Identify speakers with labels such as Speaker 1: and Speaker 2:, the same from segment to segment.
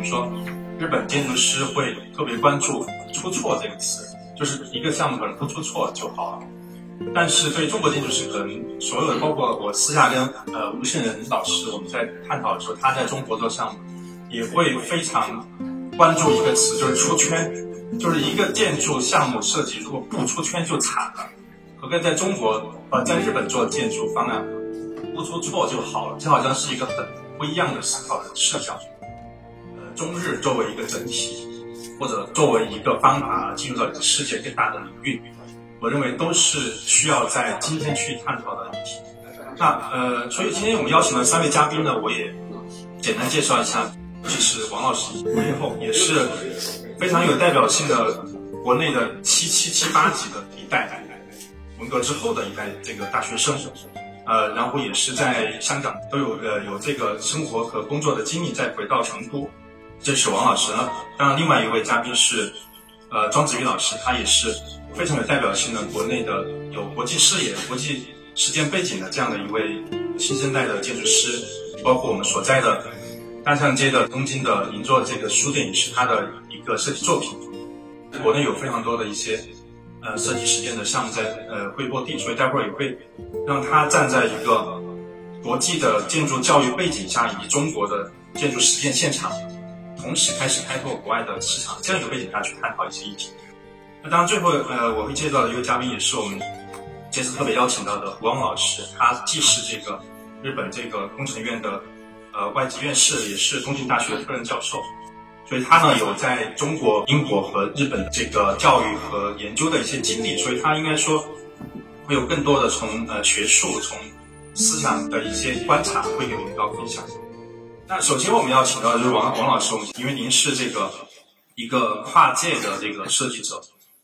Speaker 1: 如说日本建筑师会特别关注出错这个词，就是一个项目可能不出错就好了。但是对中国建筑师，可能所有的，包括我私下跟吴胜仁老师我们在探讨的时候，他在中国做项目也会非常关注一个词，就是出圈。就是一个建筑项目设计如果不出圈就惨了，和跟在中国在日本做建筑方案不出错就好了，这好像是一个很不一样的思考的视角。中日作为一个整体，或者作为一个方法进入到一个世界更大的领域，我认为都是需要在今天去探讨的议题。那所以今天我们邀请了3位嘉宾呢，我也简单介绍一下。尤其是王老师，50后也是非常有代表性的国内的77、78级的一代文革之后的一代这个大学生，然后也是在香港都有这个生活和工作的经历，再回到成都。这是王老师呢。当然，另外一位嘉宾是庄子瑜老师，他也是非常有代表性的国内的有国际视野、国际实践背景的这样的一位新生代的建筑师，包括我们所在的大象街的东京的银座这个书店也是他的一个设计作品。国内有非常多的一些设计实践的项目在会落地，所以待会儿也会让他站在一个国际的建筑教育背景下，以及中国的建筑实践现场，同时开始开拓国外的市场这样一个背景下去探讨一些议题。那当然最后我会介绍的一位嘉宾也是我们这次特别邀请到的胡昂老师，他既是这个日本这个工程院的外籍院士，也是东京大学的特任教授，所以他呢有在中国、英国和日本这个教育和研究的一些经历，所以他应该说会有更多的从学术、从思想的一些观察会给我们到分享。那首先我们要请到的就是王老师，因为您是这个一个跨界的这个设计者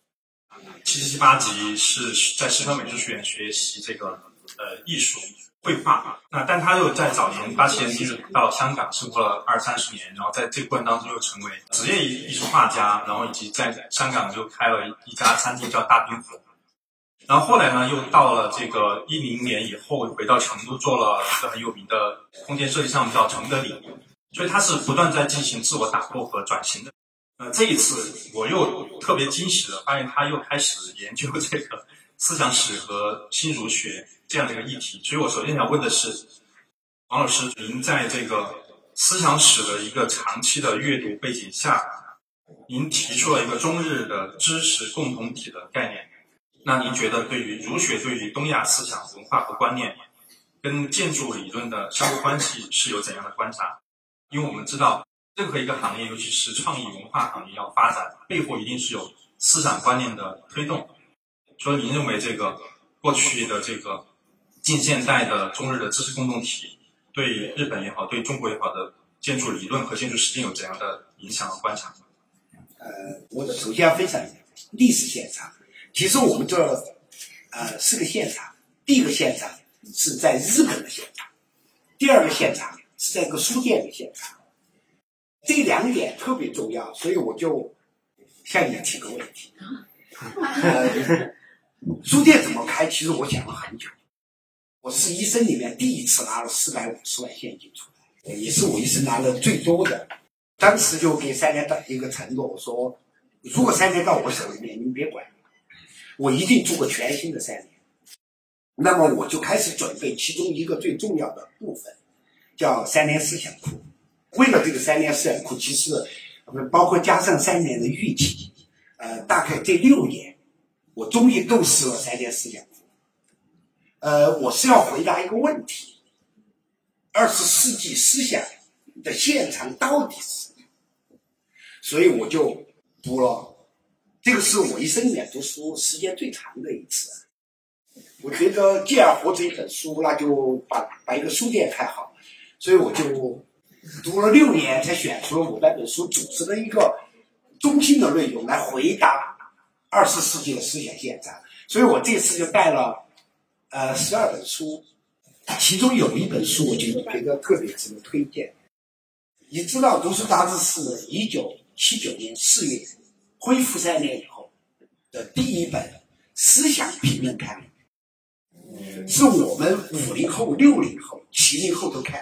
Speaker 1: ，77、78级是在师范美术学院学习这个艺术绘画，但他又在早年87年其实到香港生活了20-30年，然后在这个过程当中又成为职业艺术画家，然后以及在香港又开了一家餐厅叫大冰火，然后后来呢又到了这个10年以后回到成都做了一个很有名的空间设计项目叫承德里，所以他是不断在进行自我打破和转型的。这一次我又特别惊喜的发现他又开始研究这个思想史和新儒学这样的一个议题，所以我首先想问的是，王老师，您在这个思想史的一个长期的阅读背景下，您提出了一个中日的知识共同体的概念，那您觉得对于儒学对于东亚思想文化和观念跟建筑理论的相互关系是有怎样的观察？因为我们知道任何一个行业，尤其是创意文化行业要发展，背后一定是有思想观念的推动。所以您认为这个过去的这个近现代的中日的知识共同体对日本也好，对中国也好的建筑理论和建筑实践有怎样的影响和观察？
Speaker 2: 我首先要分享历史现场。其实我们这4个现场，第一个现场是在日本的现场，第二个现场是在一个书店的现场。这2点特别重要，所以我就向你提个问题。书店怎么开？其实我想了很久。我是一生里面第一次拿了450万现金出来，也是我一生拿的最多的。当时就给3年一个承诺，我说如果3年到我手里面，你们别管，我一定做个全新的3年。那么我就开始准备其中一个最重要的部分，叫3年思想库。为了这个3年思想库，其实包括加上3年的预期，大概这6年我终于构思了3年思想库。我是要回答一个问题：20世纪思想的现场到底是什么？所以我就读了，这个是我一生里面读书时间最长的一次。我觉得既然活着一本书，那就把一个书店开好，所以我就读了6年，才选出了我那本书组织的一个中心的内容来回答20世纪的思想现场。所以我这次就带了12本书，其中有一本书我就觉得特别值得推荐。你知道读书杂志是1979年4月恢复3年以后的第一本思想评论刊，是我们50后、60后、70后都看的。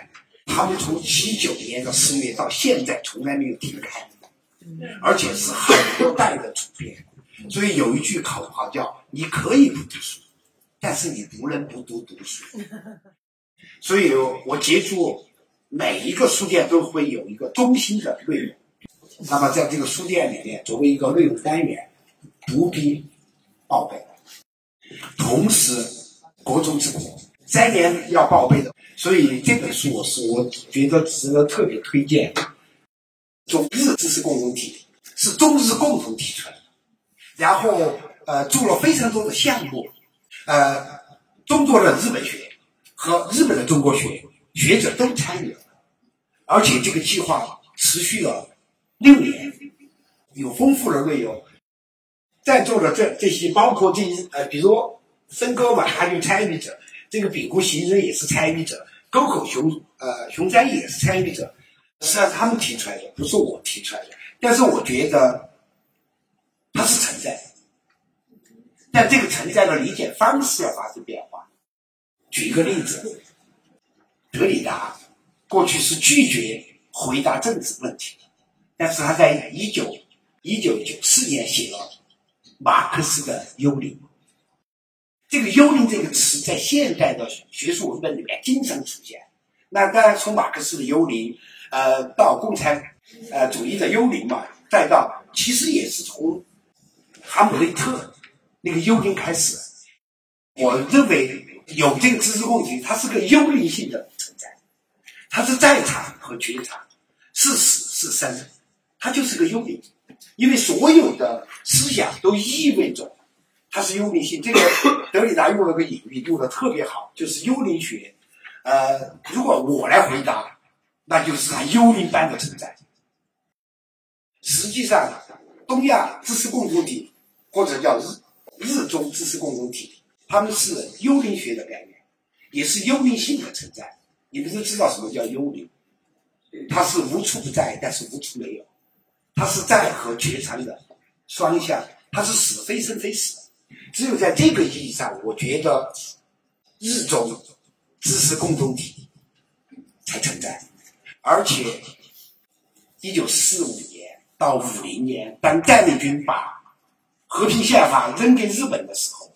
Speaker 2: 他们从79年的4月到现在从来没有停开，而且是很多代的主编。所以有一句口号叫你可以不读书，但是你不能不读书。所以我接触每一个书店都会有一个中心的内容，那么在这个书店里面作为一个内容单元，读笔报备，同时国中之国3年要报备的，所以这本书我觉得值得特别推荐。中日知识共同体是中日共同提出来的，然后做了非常多的项目，中国的日本学和日本的中国学学者都参与了，而且这个计划持续了6年，有丰富的内容。在座的这些包括比如森哥嘛，他就参与者，这个丙谷行人也是参与者，沟口熊山也是参与者，实际上他们提出来的，不是我提出来的。但是我觉得它是存在，但这个存在的理解方式要发生变化。举一个例子，德里达过去是拒绝回答政治问题的，但是他在1994年写了马克思的幽灵。这个幽灵这个词在现代的学术文本里面经常出现。那当然从马克思的幽灵到共产主义的幽灵嘛，再到其实也是从哈姆雷特那个幽灵开始。我认为有这个知识共同体，它是个幽灵性的存在，它是在场和觉察，是死是生，它就是个幽灵。因为所有的思想都意味着它是幽灵性。这个德里达用了个隐喻，用的特别好，就是幽灵学。如果我来回答，那就是它幽灵般的存在。实际上，东亚知识共同体或者叫日中知识共同体，他们是幽灵学的概念，也是幽灵性的存在。你们都知道什么叫幽灵？它是无处不在，但是无处没有。它是在和觉察的双向，它是死非生非死。只有在这个意义上，我觉得日中知识共同体才存在。而且1945年到50年，当战美军把和平宪法扔给日本的时候，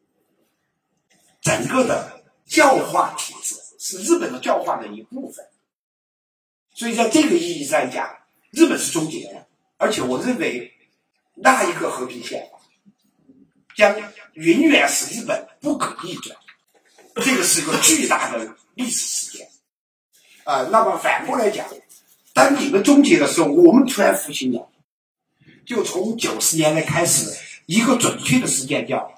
Speaker 2: 整个的教化体制是日本的教化的一部分。所以在这个意义上讲，日本是终结了。而且我认为那一个和平宪法将永远使日本不可逆转，这个是个巨大的历史事件。那么反过来讲，当你们终结的时候，我们突然复兴了。就从90年代开始，一个准确的时间叫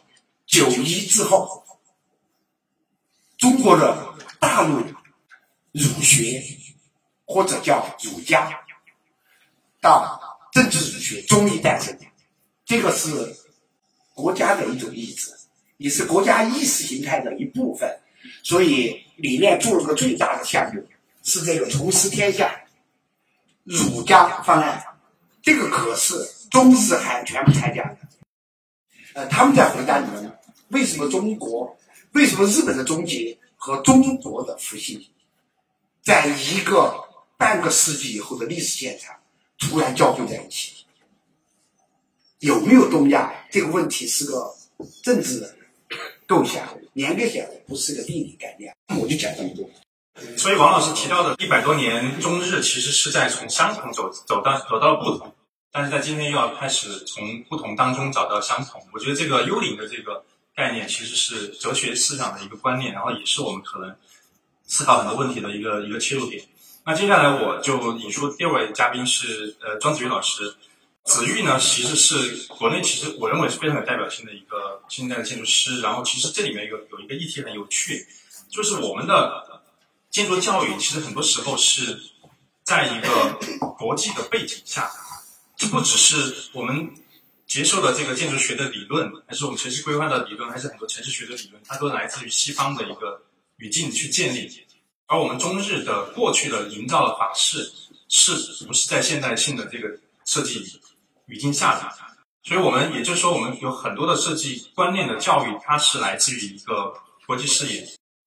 Speaker 2: 91之后，中国的大陆儒学或者叫儒家到政治儒学终于诞生。这个是国家的一种意志，也是国家意识形态的一部分。所以里面做了个最大的项目，是这个重拾天下儒家方案。这个可是中日韩全部参加的。他们在回答你们为什么日本的终结和中国的复兴，在一个半个世纪以后的历史现场突然交汇在一起。有没有东亚这个问题是个政治构想，严格讲不是个地理概念。我就讲这么多。
Speaker 1: 所以王老师提到的100多年中日其实是在从相同走到不同，但是在今天又要开始从不同当中找到相同。我觉得这个幽灵的这个概念其实是哲学思想的一个观念，然后也是我们可能思考很多问题的一个切入点。那接下来我就引述第二位嘉宾是庄子玉老师。子玉呢，其实是国内其实我认为是非常有代表性的一个现代的建筑师。然后其实这里面有一个议题很有趣，就是我们的建筑教育其实很多时候是在一个国际的背景下，这不只是我们接受的这个建筑学的理论，还是我们城市规划的理论，还是很多城市学的理论，它都来自于西方的一个语境去建立。而我们中日的过去的营造的法式是不是在现代性的这个设计语境下的？所以我们也就是说，我们有很多的设计观念的教育，它是来自于一个国际视野。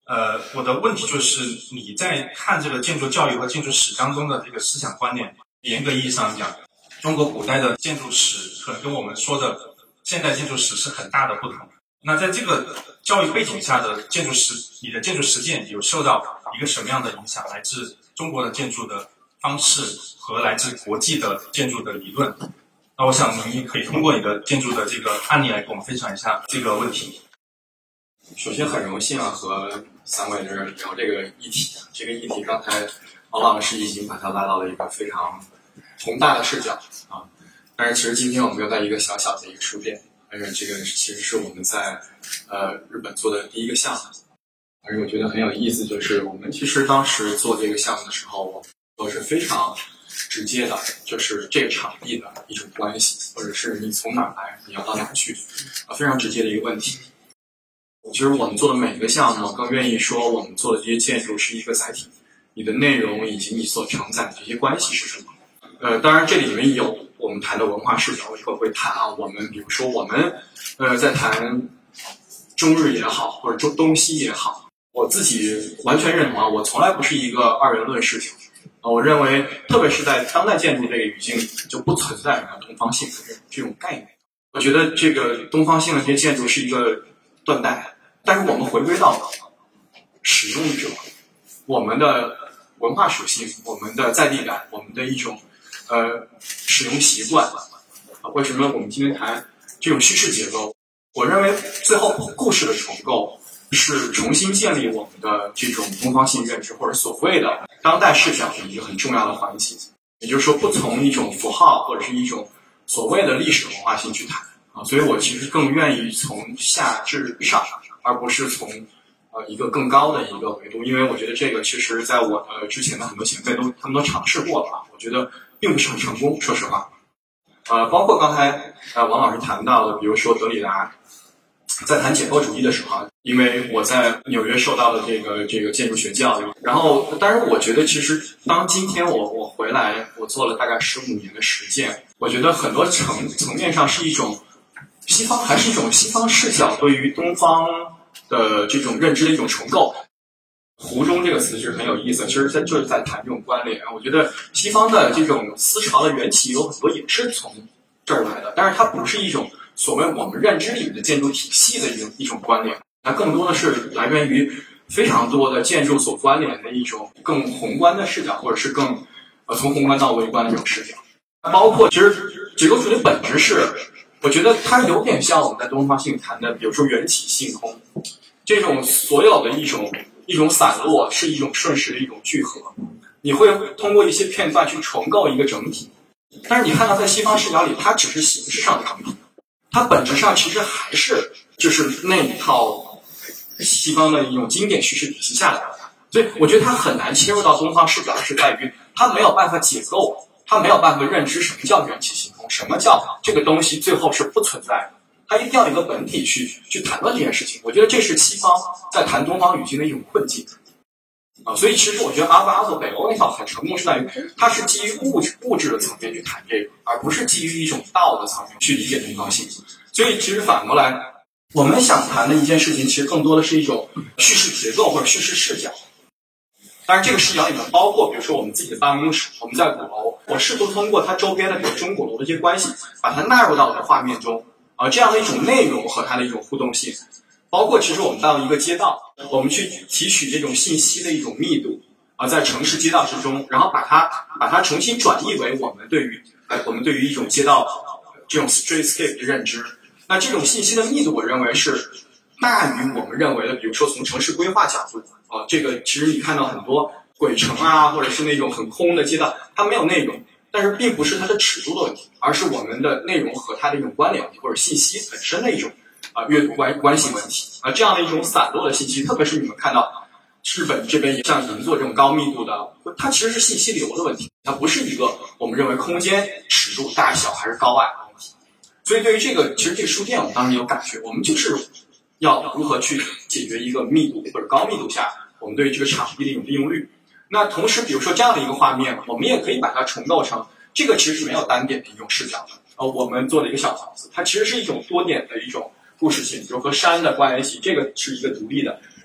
Speaker 1: 我的问题就是你在看这个建筑教育和建筑史当中的这个思想观念，严格意义上讲，中国古代的建筑史可能跟我们说的现代建筑史是很大的不同。那在这个教育背景下的建筑史，你的建筑实践有受到一个什么样的影响？来自中国的建筑的方式和来自国际的建筑的理论。那我想你可以通过你的建筑的这个案例来跟我们分享一下这个问题。
Speaker 3: 首先很荣幸和三位人聊这个议题。这个议题刚才王老师已经把它拉到了一个非常宏大的视角啊。但是其实今天我们又在一个小小的一个书店，而且这个其实是我们在日本做的第一个项目。而且我觉得很有意思，就是我们其实当时做这个项目的时候，都是非常直接的，就是这个场地的一种关系，或者是你从哪儿来，你要到哪儿去，非常直接的一个问题。其实我们做的每一个项目，更愿意说我们做的这些建筑是一个载体，你的内容以及你所承载的这些关系是什么？当然这里面有我们谈的文化视角，我一会儿会谈啊。我们比如说我们在谈中日也好，或者东西也好，我自己完全认同啊，我从来不是一个二元论视角。我认为，特别是在当代建筑这个语境，就不存在什么东方性的这种概念。我觉得这个东方性的这些建筑是一个断代。但是我们回归到使用者，我们的文化属性，我们的在地感，我们的一种使用习惯。为什么我们今天谈这种叙事结构？我认为最后故事的重构是重新建立我们的这种东方性认知，或者所谓的当代视角的一个很重要的环节。也就是说，不从一种符号或者是一种所谓的历史文化性去谈啊。所以我其实更愿意从下至上，而不是从一个更高的一个维度，因为我觉得这个其实在我之前的很多前辈他们都尝试过了啊，我觉得并不是很成功，说实话。包括刚才王老师谈到的，比如说德里达在谈解构主义的时候，因为我在纽约受到了这个建筑学教育，然后当然我觉得其实当今天我回来，我做了大概15年的实践，我觉得很多层面上是一种西方视角对于东方的这种认知的一种重构。湖中这个词是很有意思，其实就是在谈这种关联。我觉得西方的这种思潮的缘起有很多也是从这儿来的，但是它不是一种所谓我们认知里面的建筑体系的一种关联，它更多的是来源于非常多的建筑所关联的一种更宏观的视角，或者是更从宏观到微观的这种视角。包括其实结构主义的本质是，我觉得它有点像我们在东方性谈的，比如说缘起性空，这种所有的一种散落是一种瞬时的一种聚合，你会通过一些片段去重构一个整体。但是你看到在西方视角里，它只是形式上的整体，它本质上其实还是就是那一套西方的一种经典叙事体系下来的。所以我觉得它很难切入到东方视角，是在于它没有办法解构，它没有办法认知什么叫缘起性空，什么叫这个东西最后是不存在的。它一定要有一个本体去谈论这件事情。我觉得这是西方在谈东方语境的一种困境所以其实我觉得阿佐北欧那套很成功是在于它是基于物质的层面去谈这个，而不是基于一种道的层面去理解东方性。所以其实反过来，我们想谈的一件事情，其实更多的是一种叙事结构或者叙事视角。当然这个视角里面包括比如说我们自己的办公室，我们在鼓楼，我试图通过它周边的比如钟鼓楼的一些关系，把它纳入到我的画面中这样的一种内容和它的一种互动性。包括其实我们到一个街道，我们去提取这种信息的一种密度在城市街道之中，然后把它重新转译为我们对于一种街道这种 streetscape 的认知。那这种信息的密度，我认为是大于我们认为的，比如说从城市规划角度这个其实你看到很多鬼城或者是那种很空的街道，它没有内容，但是并不是它的尺度的问题，而是我们的内容和它的一种关联或者信息本身的一种阅读关系问题这样的一种散落的信息，特别是你们看到日本这边像银座这种高密度的，它其实是信息流的问题，它不是一个我们认为空间尺度大小还是高矮的问题。所以对于这个，其实这个书店我们当时有感觉，我们就是要如何去解决一个密度或者高密度下我们对于这个场地的一种利用率。那同时比如说这样的一个画面，我们也可以把它重构成这个其实是没有单点的一种视角的我们做了一个小房子，它其实是一种多点的一种故事性，比如和山的关系，这个是一个独立的，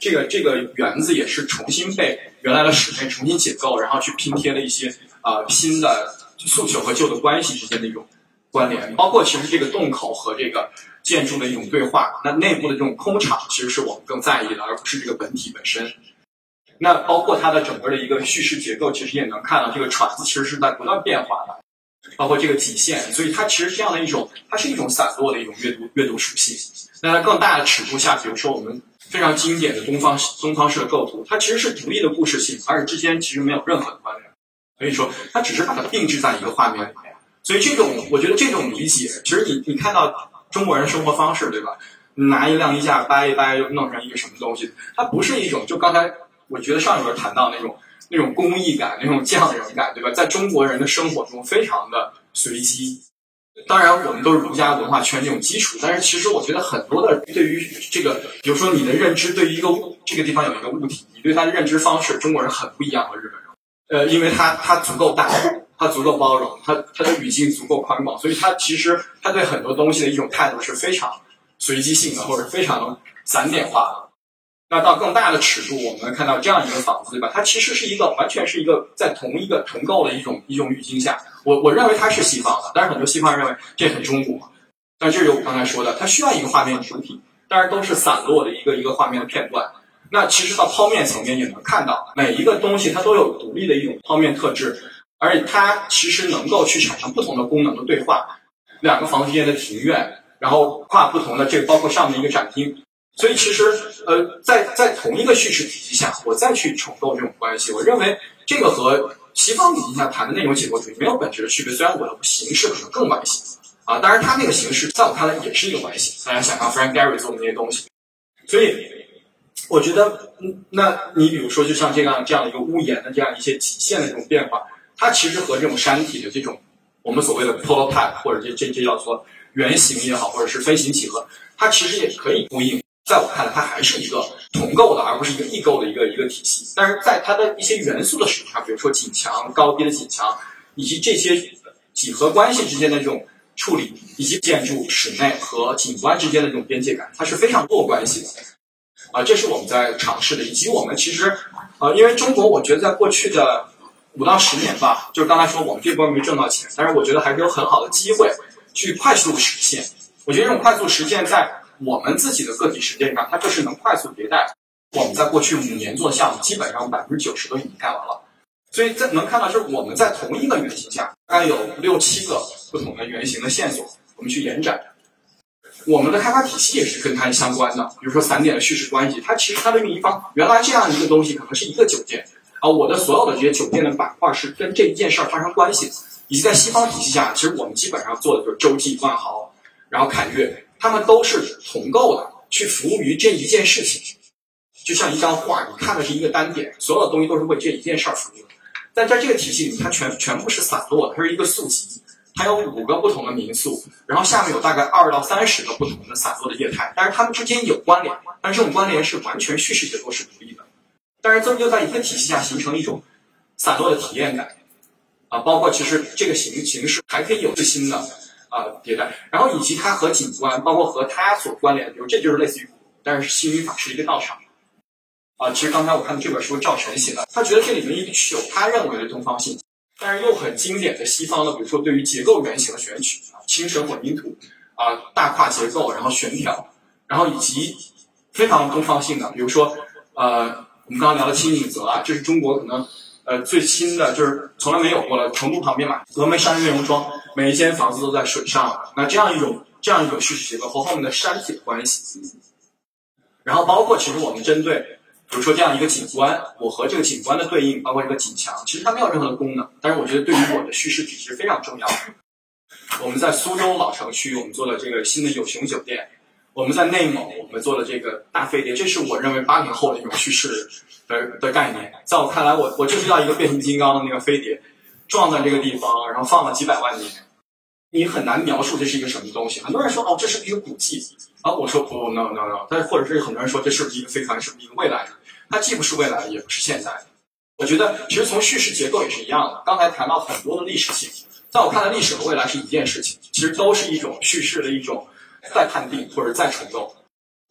Speaker 3: 这个园子也是重新被原来的室内重新解构，然后去拼贴了一些新的诉求和旧的关系之间的一种关联，包括其实这个洞口和这个建筑的一种对话，那内部的这种空场其实是我们更在意的，而不是这个本体本身。那包括它的整个的一个叙事结构，其实也能看到这个船子其实是在不断变化的，包括这个体现，所以它其实这样的一种，它是一种散落的一种阅读属性。那在更大的尺度下，比如说我们非常经典的东方式的构图，它其实是独立的故事性，而且之间其实没有任何的关联，所以说它只是把它并置在一个画面里面。所以这种我觉得这种理解，其实你看到中国人生活方式，对吧？拿一晾衣架掰一掰，又弄成一个什么东西，它不是一种就刚才我觉得上一轮谈到那种工艺感，那种匠人感，对吧？在中国人的生活中非常的随机。当然我们都是儒家文化圈这种基础，但是其实我觉得很多的对于这个，比如说你的认知对于这个地方有一个物体，你对它的认知方式，中国人很不一样和日本人。因为它足够大，它足够包容，它的语境足够宽广，所以它其实它对很多东西的一种态度是非常随机性的，或者非常散点化的。那到更大的尺度，我们能看到这样一个房子，对吧？它其实是一个完全是一个在同一个同构的一种语境下，我认为它是西方的，但是很多西方人认为这很中国。但这是我刚才说的，它需要一个画面主体，但是都是散落的一个画面的片段。那其实到剖面层面也能看到，每一个东西它都有独立的一种剖面特质，而且它其实能够去产生不同的功能的对话。两个房子之间的庭院，然后跨不同的这个包括上面一个展厅。所以其实在同一个叙事体系下，我再去重构这种关系，我认为这个和西方体系下谈的那种解构主义没有本质的区别，虽然我的形式可能更完形啊，当然他那个形式在我看来也是一个完形。大家想象 Frank Gehry 做的那些东西，所以我觉得那你比如说就像这样的一个屋檐的这样一些体现的这种变化，它其实和这种山体的这种我们所谓的 prototype 或者这叫做原型也好，或者是飞行几何，它其实也可以呼应。在我看来，它还是一个同构的，而不是一个异构的一个体系。但是在它的一些元素的使用上，比如说紧墙、高低的紧墙，以及这些几何关系之间的这种处理，以及建筑室内和景观之间的这种边界感，它是非常弱关系的。这是我们在尝试的，以及我们其实因为中国，我觉得在过去的5到10年吧，就是刚才说我们这波没挣到钱，但是我觉得还是有很好的机会去快速实现。我觉得这种快速实现在我们自己的个体实践上，它就是能快速迭代。我们在过去5年做的项目，基本上90%都已经干完了。所以能看到，就是我们在同一个原型下，大概有6、7个不同的原型的线索，我们去延展。我们的开发体系也是跟它相关的，比如说散点的叙事关系，它其实它的运营方原来这样一个东西可能是一个酒店，我的所有的这些酒店的板块是跟这一件事儿发生关系的。以及在西方体系下，其实我们基本上做的就是洲际、万豪，然后凯悦。他们都是同构的，去服务于这一件事情，就像一张画，你看的是一个单点，所有的东西都是为这一件事儿服务的。但在这个体系里，它全部是散落的，它是一个宿集，它有5个不同的民宿，然后下面有大概20到30个不同的散落的业态，但是它们之间有关联，但是这种关联是完全叙事结构是独立的，但是就在一个体系下形成一种散落的体验感包括其实这个形式还可以有最新的迭代，然后以及它和景观，包括和它所关联的，比如这就是类似于，但是新语法是一个道场其实刚才我看的这本书赵晨写的，他觉得这里面有他认为的东方性，但是又很经典的西方的，比如说对于结构原型的选取轻神混凝土大跨结构，然后悬挑，然后以及非常东方性的，比如说我们刚刚聊的青井泽这是中国可能最新的，就是从来没有过的，成都旁边嘛，峨眉山月容庄，每一间房子都在水上。那这样一种叙事结构和后面的山体的关系，然后包括其实我们针对，比如说这样一个景观，我和这个景观的对应，包括这个景墙，其实它没有任何的功能，但是我觉得对于我的叙事体是非常重要的。我们在苏州老城区，我们做了这个新的有熊酒店。我们在内蒙，我们做了这个大飞碟，这是我认为80后的一种叙事的概念。在我看来，我就是要一个变形金刚的那个飞碟，撞在这个地方，然后放了几百万年，你很难描述这是一个什么东西。很多人说这是一个古迹我说不 no， 但是或者是很多人说这是不是一个飞船，是不是一个未来的？它既不是未来的，也不是现在的。我觉得其实从叙事结构也是一样的。刚才谈到很多的历史性，在我看来，历史和未来是一件事情，其实都是一种叙事的一种再判定或者再重构。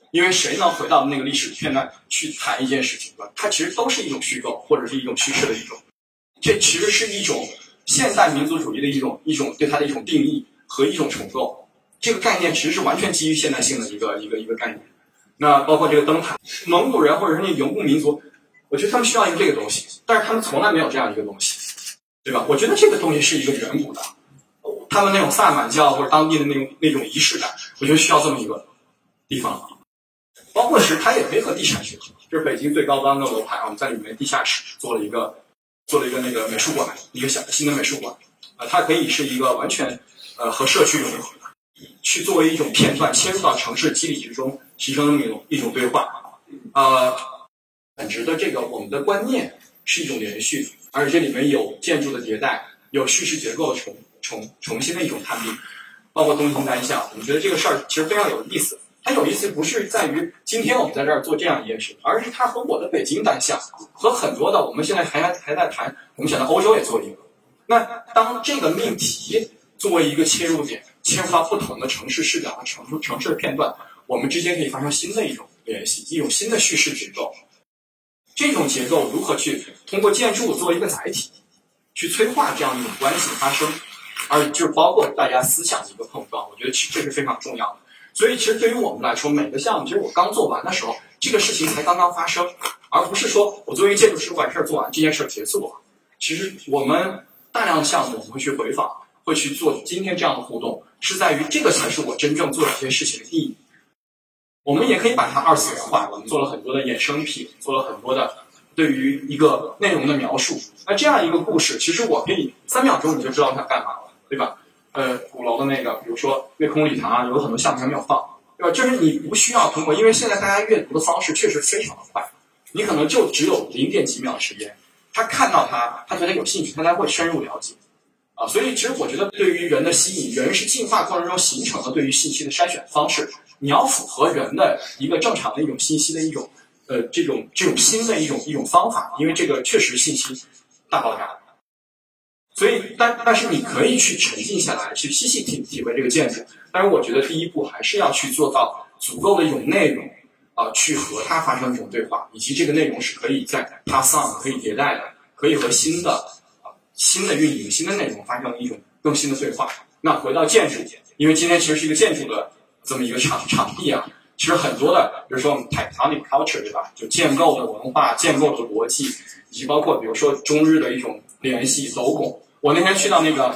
Speaker 3: 因为谁能回到那个历史片段去谈一件事情，它其实都是一种虚构或者是一种叙事的一种，这其实是一种现代民族主义的一种对它的一种定义和一种重构。这个概念其实是完全基于现代性的一个概念。那包括这个灯塔，蒙古人或者是那游牧民族，我觉得他们需要一个这个东西，但是他们从来没有这样一个东西，对吧？我觉得这个东西是一个远古的，他们那种萨满教或者当地的那种仪式感，我觉得需要这么一个地方。包括是它也配合地产学，就是北京最高端的楼盘，我们在里面地下室做了一个那个美术馆，一个小的新的美术馆，它可以是一个完全和社区融合的，去作为一种片段切入到城市机理之中，形成那么一种对话。本质的这个我们的观念是一种连续的，而且这里面有建筑的迭代，有叙事结构的重新的一种探病，包括东京单项，我们觉得这个事儿其实非常有意思。它有意思不是在于今天我们在这儿做这样一件事，而是它和我的北京单项和很多的我们现在还在谈，我们想到欧洲也做一个。那当这个命题作为一个切入点，切入到不同的城市视角和城市的片段，我们之间可以发生新的一种联系，一种新的叙事结构。这种结构如何去通过建筑作为一个载体，去催化这样一种关系发生，而就是包括大家思想的一个碰撞，我觉得这是非常重要的。所以其实对于我们来说，每个项目其实我刚做完的时候，这个事情才刚刚发生，而不是说我作为建筑师把事儿做完，这件事儿结束了。其实我们大量的项目我们会去回访，会去做今天这样的互动，是在于这个才是我真正做这些事情的意义。我们也可以把它二次元化，我们做了很多的衍生品，做了很多的对于一个内容的描述。那这样一个故事，其实我可以3秒钟你就知道它干嘛了，对吧？鼓楼的那个，比如说月空礼堂啊，有很多项目还没有放，对吧？就是你不需要通过，因为现在大家阅读的方式确实非常的快，你可能就只有0点几秒的时间，他看到他觉得有兴趣，他才会深入了解啊。所以其实我觉得，对于人的吸引，人是进化过程中形成的对于信息的筛选方式，你要符合人的一个正常的一种信息的一种这种新的一种方法，因为这个确实信息大爆炸。所以，但是你可以去沉浸下来，去细细体会这个建筑。但是，我觉得第一步还是要去做到足够的一种内容去和它发生一种对话，以及这个内容是可以在 pass on 可以迭代的，可以和新的运营、新的内容发生一种更新的对话。那回到建筑，因为今天其实是一个建筑的这么一个场地啊，其实很多的，比如说我们 tectonic culture 对吧？就建构的文化、建构的逻辑，以及包括比如说中日的一种联系、斗拱。我那天去到那个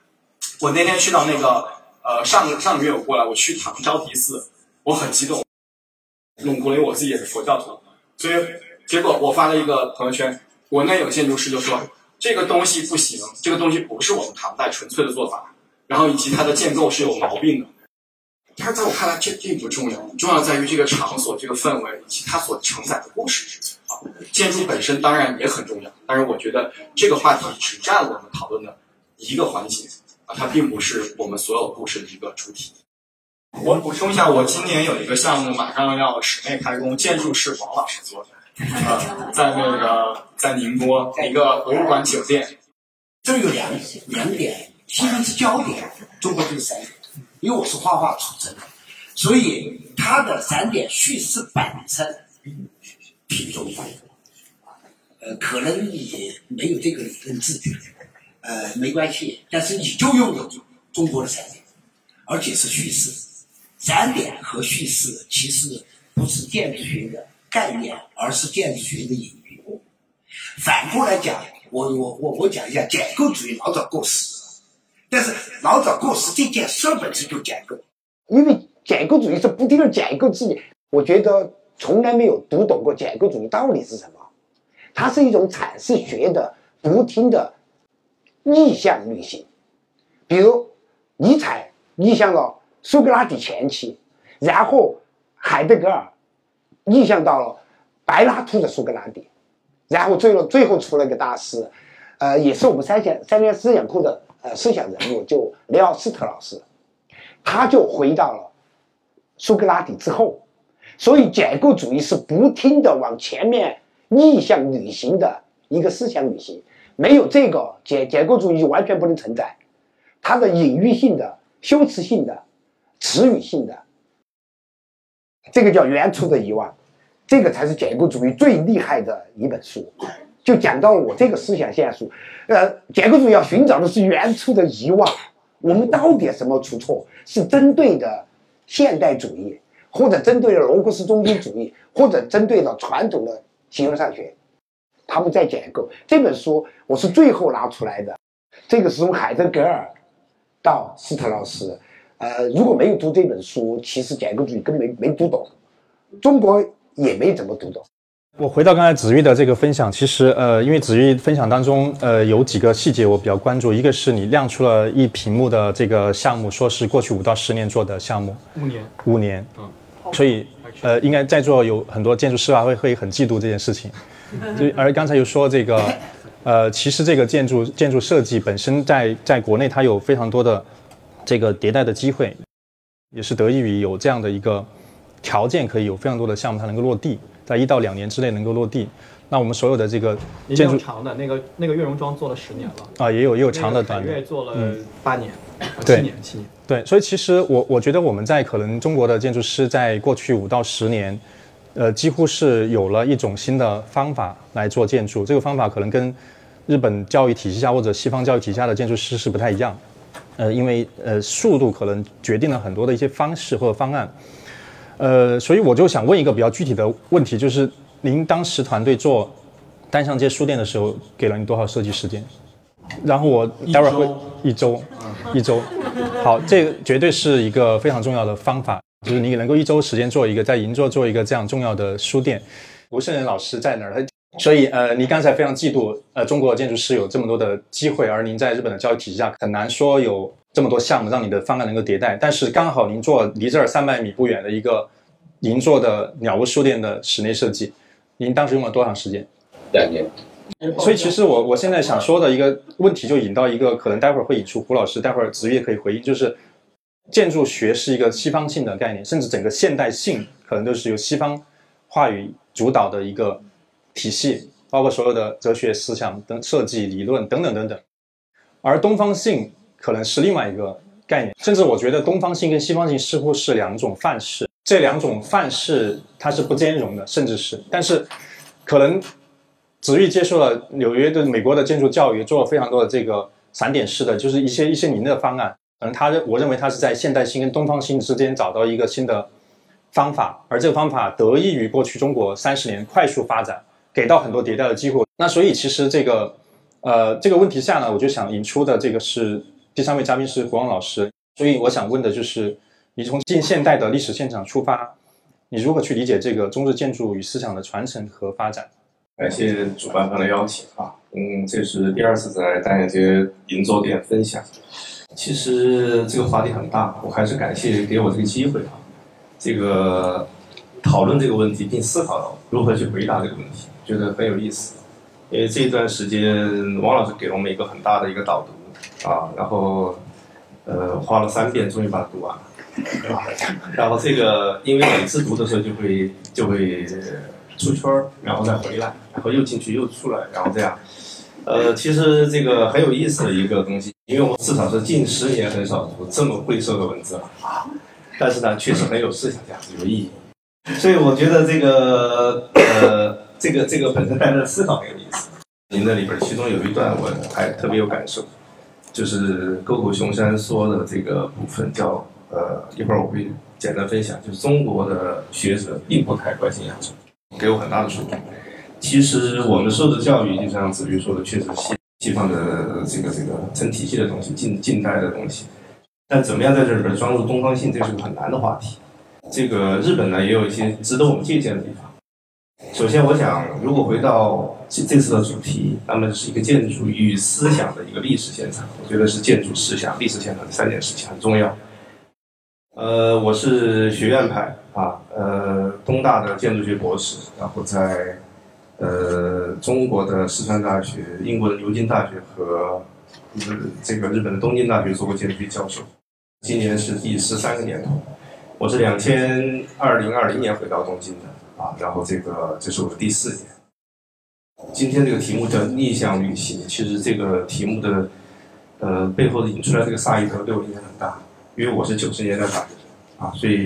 Speaker 3: 上个月我过来，我去唐招提寺，我很激动。弄过来我自己也是佛教徒，所以结果我发了一个朋友圈，国内有建筑师就说这个东西不行，这个东西不是我们唐代纯粹的做法，然后以及它的建构是有毛病的。但是在我看来，这不重要，重要在于这个场所、这个氛围以及它所承载的故事啊。建筑本身当然也很重要，但是我觉得这个话题只占我们讨论的一个环节啊，它并不是我们所有故事的一个主体。我补充一下，我今年有一个项目马上要室内开工，建筑是王老师做的，在宁波一个博物馆酒店。
Speaker 2: 这有两点，西方是焦点，中国就是3点。因为我是画画出身的，所以它的3点叙事本身挺重要的。可能你没有这个理论自觉，没关系，但是你就拥有中国的3点，而且是叙事。3点和叙事其实不是建筑学的概念，而是建筑学的隐喻。反过来讲，我讲一下解构主义老早过时。但是老早过时这件事本身就解构，因为解构主义是不停的解构自己。我觉得从来没有读懂过解构主义到底是什么，它是一种阐释学的不停的意象旅行。比如尼采意象了苏格拉底前期，然后海德格尔意象到了柏拉图的苏格拉底，然后最后出了一个大师，也是我们三联思想库的思想人物，就雷奥斯特老师，他就回到了苏格拉底之后。所以解构主义是不停的往前面意象旅行的一个思想旅行，没有这个解构主义就完全不能存在。它的隐喻性的、修辞性的、词语性的这个叫《原初的遗忘》，这个才是解构主义最厉害的一本书。就讲到我这个思想线索，解构主义要寻找的是原初的遗忘，我们到底什么出错？是针对的现代主义，或者针对了罗克斯中心主义，或者针对了传统的形而上学，他们在解构。这本书我是最后拿出来的，这个是从海德格尔到斯特劳斯。如果没有读这本书，其实解构主义根本没读懂，中国也没怎么读懂。
Speaker 4: 我回到刚才子玉的这个分享，其实因为子玉分享当中有几个细节我比较关注，一个是你亮出了一屏幕的这个项目，说是过去5到10年做的项目，5年，所以应该在座有很多建筑师会很嫉妒这件事情，而刚才又说这个其实这个建筑设计本身在国内它有非常多的这个迭代的机会，也是得益于有这样的一个条件，可以有非常多的项目它能够落地。在1到2年之内能够落地，那我们所有的这个建筑
Speaker 5: 长的那个月榕庄做了10年了
Speaker 4: 啊，也有长的短的，
Speaker 5: 月做了8年
Speaker 4: ，7
Speaker 5: 年。
Speaker 4: 对，所以其实我觉得我们在可能中国的建筑师在过去5到10年，几乎是有了一种新的方法来做建筑，这个方法可能跟日本教育体系下或者西方教育体系下的建筑师是不太一样，因为速度可能决定了很多的一些方式或者方案。所以我就想问一个比较具体的问题，就是您当时团队做单向街书店的时候，给了你多少设计时间？然后我待会儿会一周，好，这个绝对是一个非常重要的方法，就是你能够1周时间做一个在银座做一个这样重要的书店。吴胜仁老师在哪儿？所以你刚才非常嫉妒中国建筑师有这么多的机会，而您在日本的教育体系下很难说有这么多项目让你的方案能够迭代，但是刚好您做离这儿300米不远的一个银座的鸟屋书店的室内设计，您当时用了多长时间
Speaker 6: ？2年。
Speaker 4: 所以其实我现在想说的一个问题就引到一个可能待会儿会引出胡老师，待会儿子玉也可以回应，就是建筑学是一个西方性的概念，甚至整个现代性可能都是由西方话语主导的一个体系，包括所有的哲学思想等设计理论等等等等，而东方性可能是另外一个概念，甚至我觉得东方性跟西方性似乎是2种范式，这2种范式它是不兼容的，甚至是，但是可能子玉接受了纽约的美国的建筑教育，做了非常多的这个散点式的，就是一些您的方案，可能我认为他是在现代性跟东方性之间找到一个新的方法，而这个方法得益于过去中国30年快速发展，给到很多迭代的机会。那所以其实这个问题下呢，我就想引出的这个是第3位嘉宾是胡王老师，所以我想问的就是你从近现代的历史现场出发，你如何去理解这个中日建筑与思想的传承和发展？
Speaker 6: 感谢主办方的邀请啊，这是第2次在单向街银座店分享。其实这个话题很大，我还是感谢给我这个机会啊，这个讨论这个问题并思考如何去回答这个问题，觉得很有意思。因为这一段时间王老师给了我们一个很大的一个导读啊，然后花了3遍终于把它读完了。然后这个因为每次读的时候就会出圈，然后再回来，然后又进去又出来，然后这样，其实这个很有意思的一个东西，因为我至少是近10年很少读这么晦涩的文字了啊，但是呢，确实很有思想价值，有意义，所以我觉得这个这个本身带来的思考很有意思。您的里边其中有一段我还特别有感受，就是沟口雄山说的这个部分叫一会儿我会简单分享，就是中国的学者并不太关心养成。给我很大的触动。其实我们受的教育，就像子玉说的，确实是西方的这个成体系的东西，近代的东西。但怎么样在这里边装入东方性，这是个很难的话题。这个日本呢，也有一些值得我们借鉴的地方。首先，我想如果回到这次的主题，那么是一个建筑与思想的一个历史现场。我觉得是建筑、思想、历史现场这3件事情很重要。我是学院派啊，东大的建筑学博士，然后在中国的四川大学、英国的牛津大学和这个日本的东京大学做过建筑学教授，今年是第13个年头。我是2020年回到东京的啊，然后这是我的第4年。今天这个题目叫逆向旅行，其实这个题目的背后引出来这个萨义德对我影响很大。因为我是90年代大学生啊，所以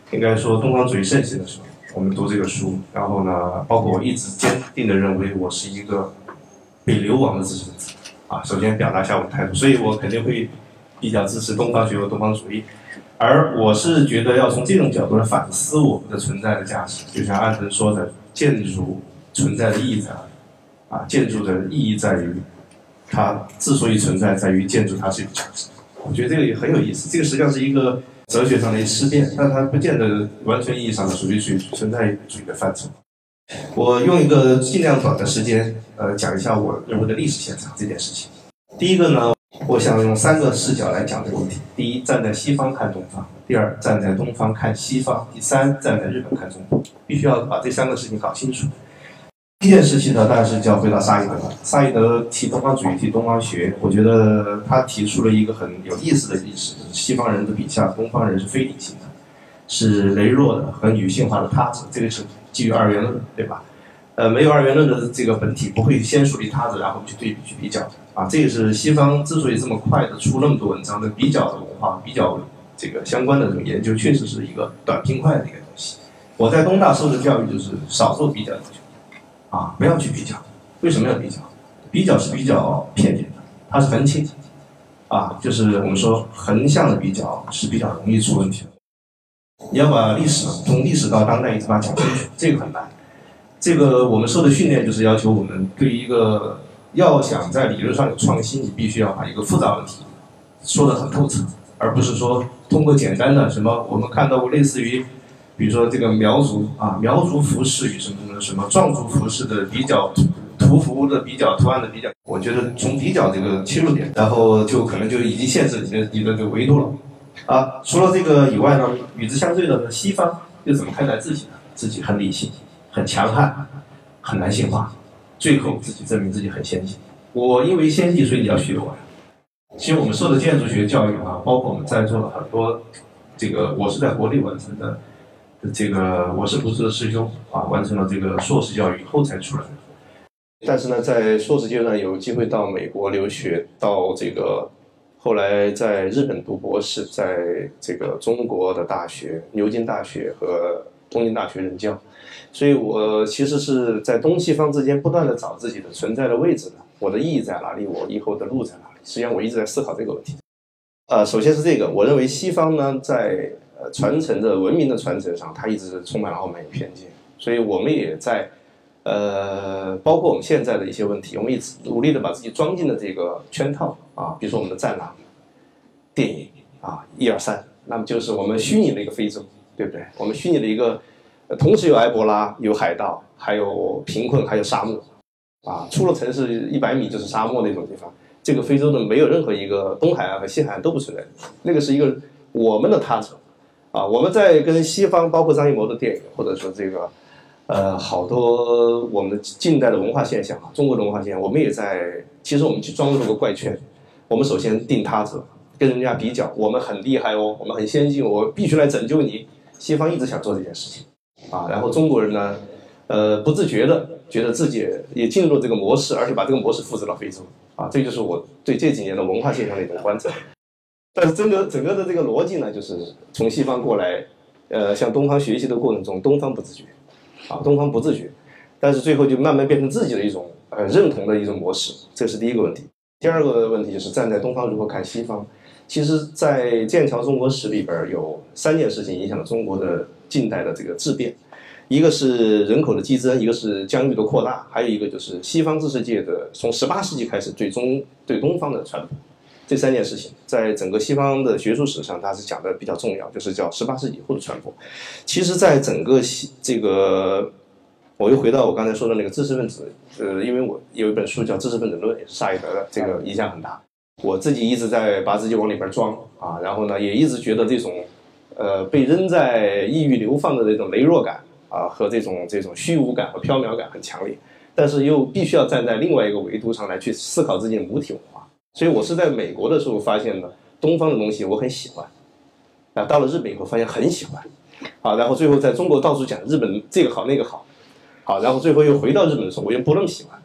Speaker 6: 应该说东方主义盛行的时候，我们读这个书，然后呢，包括我一直坚定的认为我是一个被流亡的知识分子啊。首先表达一下我的态度，所以我肯定会比较支持东方学和东方主义。而我是觉得要从这种角度来反思我们的存在的价值，就像安藤说的，建筑存在的意义在哪里？啊，建筑的意义在于，它之所以存在，在于建筑它是有价值。我觉得这个也很有意思，这个实际上是一个哲学上的一个思辨，但它不见得完全意义上的属于存在主义的范畴。我用一个尽量短的时间，讲一下我认为的历史现场这件事情。第一个呢，我想用3个视角来讲这个问题：第一，站在西方看东方；第二，站在东方看西方；第三，站在日本看中国。必须要把这3个事情搞清楚。第一件事情呢，当然是就要回到沙义德了。沙义德提东方主义，提东方学，我觉得他提出了一个很有意思的意识，就是西方人的笔下，东方人是非理性的，是羸弱的和女性化的他者。这个是基于二元论，对吧？没有二元论的这个本体，不会先树立他者，然后去对比去比较的啊。这也是西方之所以这么快的出那么多文章的比较的文化，比较这个相关的这种研究，确实是一个短平快的一个东西。我在东大受的教育就是少做比较研究。啊，不要去比较。为什么要比较？比较是比较片面的，它是横切啊，就是我们说横向的比较是比较容易出问题的。你要把历史从历史到当代一直把它讲清楚，这个很难。这个我们受的训练就是要求我们对一个要想在理论上有创新，你必须要把一个复杂问题说得很透彻，而不是说通过简单的什么我们看到过类似于。比如说这个苗族啊，苗族服饰与什么壮族服饰的比较，图服的比较，图案的比较，我觉得从比较这个切入点，然后就可能就已经限制你的这个维度了啊。除了这个以外呢，与之相对的呢，西方又怎么看待自己呢？自己很理性，很强悍，很男性化，最后自己证明自己很先进。我因为先进，所以你要学我呀。其实我们受的建筑学教育啊，包括我们在座的很多，这个我是在国内完成的。这个我是博士的师兄啊，完成了这个硕士教育以后才出来的。但是呢，在硕士阶段有机会到美国留学，到这个后来在日本读博士，在这个中国的大学牛津大学和东京大学任教，所以我其实是在东西方之间不断的找自己的存在的位置的，我的意义在哪里，我以后的路在哪里？实际上我一直在思考这个问题。首先是这个，我认为西方呢在传承的文明的传承上，它一直充满了傲慢与偏见，所以我们也在包括我们现在的一些问题，我们一直努力的把自己装进了这个圈套啊，比如说我们的战狼电影啊，1、2、3，那么就是我们虚拟的一个非洲，对不对？我们虚拟的一个，同时有埃博拉，有海盗，还有贫困，还有沙漠啊，出了城市100米就是沙漠那种地方。这个非洲的没有任何一个东海岸和西海岸都不存在，那个是一个我们的他者。啊，我们在跟西方，包括张艺谋的电影，或者说这个，好多我们的近代的文化现象啊，中国的文化现象，我们也在，其实我们去装入个怪圈。我们首先定他者，跟人家比较，我们很厉害哦，我们很先进，我必须来拯救你。西方一直想做这件事情，啊，然后中国人呢，不自觉的觉得自己也进入了这个模式，而且把这个模式复制到非洲，啊，这就是我对这几年的文化现象的一种观察。但是整个的这个逻辑呢，就是从西方过来，向东方学习的过程中，东方不自觉，啊，东方不自觉，但是最后就慢慢变成自己的一种认同的一种模式，这是第一个问题。第二个问题就是站在东方如何看西方。其实，在剑桥中国史里边有3件事情影响了中国的近代的这个质变，一个是人口的激增，一个是疆域的扩大，还有一个就是西方知识界的从18世纪开始对东方的传播。这3件事情在整个西方的学术史上，它是讲的比较重要，就是叫18世纪后的传播。其实，在整个这个，我又回到我刚才说的那个知识分子，因为我有一本书叫《知识分子论》，也是沙义德的，这个影响很大。我自己一直在把自己往里边装啊，然后呢，也一直觉得这种，被扔在异域流放的这种羸弱感啊，和这种虚无感和缥缈感很强烈，但是又必须要站在另外一个维度上来去思考自己的母体文化。所以我是在美国的时候发现了东方的东西，我很喜欢。啊，到了日本以后发现很喜欢，啊，然后最后在中国到处讲日本这个好那个好，好，然后最后又回到日本的时候，我又不那么喜欢。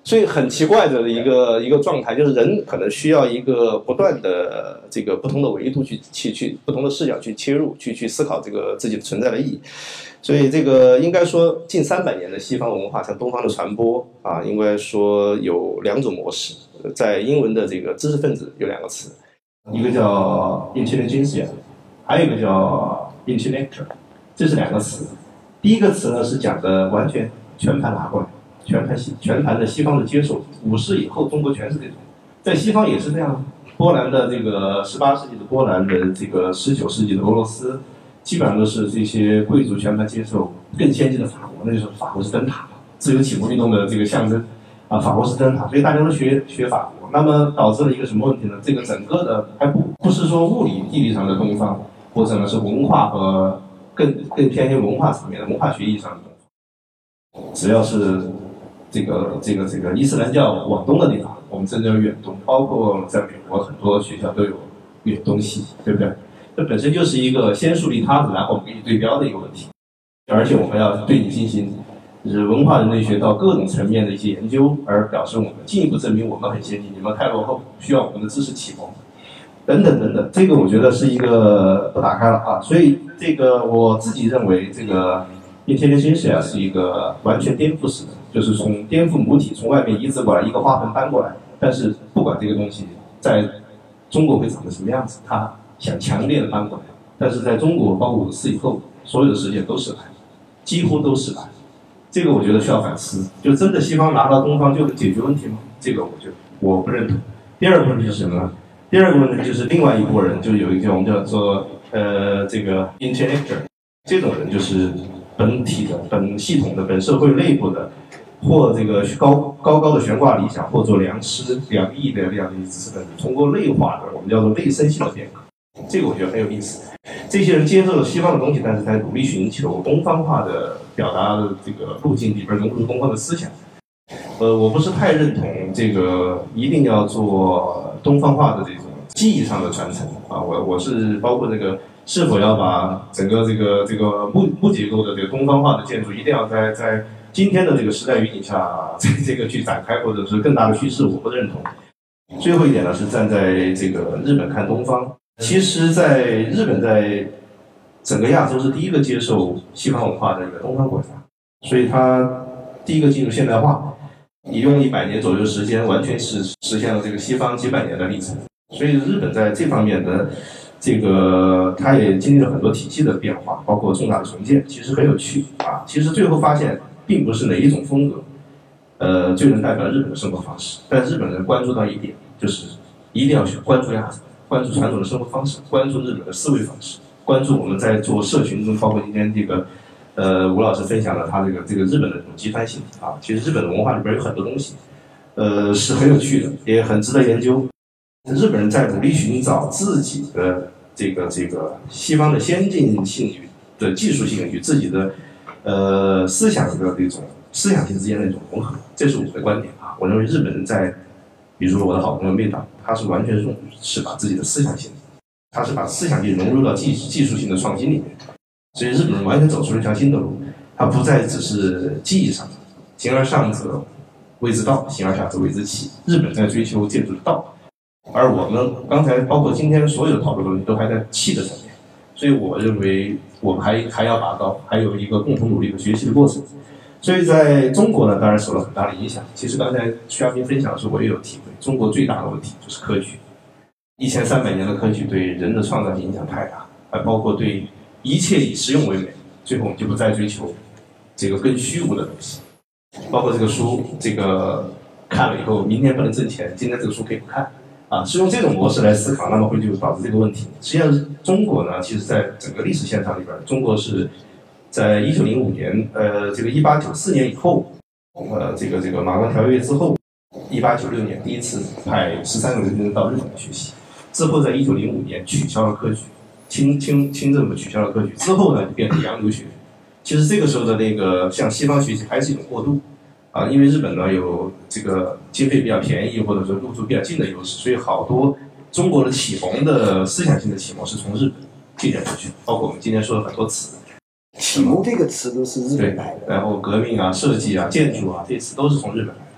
Speaker 6: 所以很奇怪的一个状态，就是人可能需要一个不断的这个不同的维度去不同的视角去切入，去思考这个自己的存在的意义。所以这个应该说近300年的西方文化向东方的传播啊，应该说有2种模式。在英文的这个知识分子有2个词，一个叫 intelligentsia， 还有一个叫 intellectual， 这是2个词。第一个词呢是讲的完全全盘拿过来，全盘的西方的接受，50世以后中国全是这种，在西方也是这样。波兰的这个18世纪的波兰的这个19世纪的俄罗斯，基本上都是这些贵族全盘接受。更先进的法国，那就是法国是灯塔，自由启蒙运动的这个象征啊，法国是灯塔，所以大家都学法国。那么导致了一个什么问题呢？这个整个的还不是说物理地理上的东方，或者呢是文化和更偏向文化层面的文化学意义上的东方。只要是这个伊斯兰教往东的地方，我们真正有远东，包括在美国很多学校都有远东系，对不对？这本身就是一个先树立他子，然后我们给你对标的一个问题。而且我们要对你进行就是文化人类学到各种层面的一些研究，而表示我们进一步证明我们很先进，你们太落后，需要我们的知识启蒙，等等等等。这个我觉得是一个不打开了啊。所以这个我自己认为，这个 intelligentsia 是一个完全颠覆式的，就是从颠覆母体从外面移植过来，一个花盆搬过来。但是不管这个东西在中国会长成什么样子，他想强烈的搬过来，但是在中国包括50以后，所有的实践都失败，几乎都失败。这个我觉得需要反思，就真的西方拿到东方就能解决问题吗？这个我不认同。第二个问题是什么呢？第二个问题就是另外一拨人，就有一个我们叫做这个 intellectual， 这种人就是本体的、本系统的、本社会内部的，或这个高的悬挂理想，或做良师良义的这样的一些知识分子，通过内化的我们叫做内生性的变革，这个我觉得很有意思。这些人接受了西方的东西，但是在努力寻求东方化的表达的这个路径里边融入东方的思想。我不是太认同这个一定要做东方化的这种技艺上的传承啊。我是包括这个是否要把整个这个木结构的这个东方化的建筑一定要在今天的这个时代语境下这个去展开，或者是更大的趋势，我不认同。最后一点呢，是站在这个日本看东方。其实在日本在整个亚洲是第一个接受西方文化的一个东方国家，所以它第一个进入现代化，你用100年左右的时间完全是实现了这个西方几百年的历程。所以日本在这方面的这个它也经历了很多体系的变化，包括重大的重建，其实很有趣啊。其实最后发现并不是哪一种风格最能代表日本的生活方式，但日本人关注到一点，就是一定要去关注亚洲，关注传统的生活方式，关注日本的思维方式，关注我们在做社群中，包括今天这个吴老师分享了他这个日本的这种集团性啊，其实日本的文化里边有很多东西是很有趣的，也很值得研究。日本人在努力寻找自己的这个西方的先进性的技术性与自己的思想的这种思想性之间的一种融合，这是我的观点啊。我认为日本人在，比如说我的好朋友妹岛，他是完全是把自己的思想性，他是把思想性融入到技术性的创新里面，所以日本人完全走出了一条新的路，他不再只是技艺上的，形而上者谓之道，形而下者谓之器。日本在追求建筑的道，而我们刚才包括今天所有的讨论东西都还在气的层面，所以我认为我们还要拔高，还有一个共同努力的学习的过程。所以在中国呢，当然受了很大的影响。其实刚才徐亚斌分享的时候，我也有体会，中国最大的问题就是科举。1300年的科举对人的创造性影响太大，还包括对一切以实用为美，最后我们就不再追求这个更虚无的东西。包括这个书，这个看了以后，明天不能挣钱，今天这个书可以不看啊，是用这种模式来思考，那么会就导致这个问题。实际上，中国呢，其实在整个历史现象里边，中国是在1905年，这个1894年以后，这个马关条约之后，1896年第一次派13个留学生到日本来学习，之后在1905年取消了科举，清政府取消了科举之后呢，就变成洋留学。其实这个时候的那个向西方学习还是一种过渡啊，因为日本呢有这个经费比较便宜，或者说路途比较近的优势，所以好多中国的启蒙的思想性的启蒙是从日本借鉴过去，包括我们今天说的很多词。
Speaker 2: 启蒙这个词都是日本来的，
Speaker 6: 然后革命啊、设计啊、建筑啊，这些词都是从日本来的。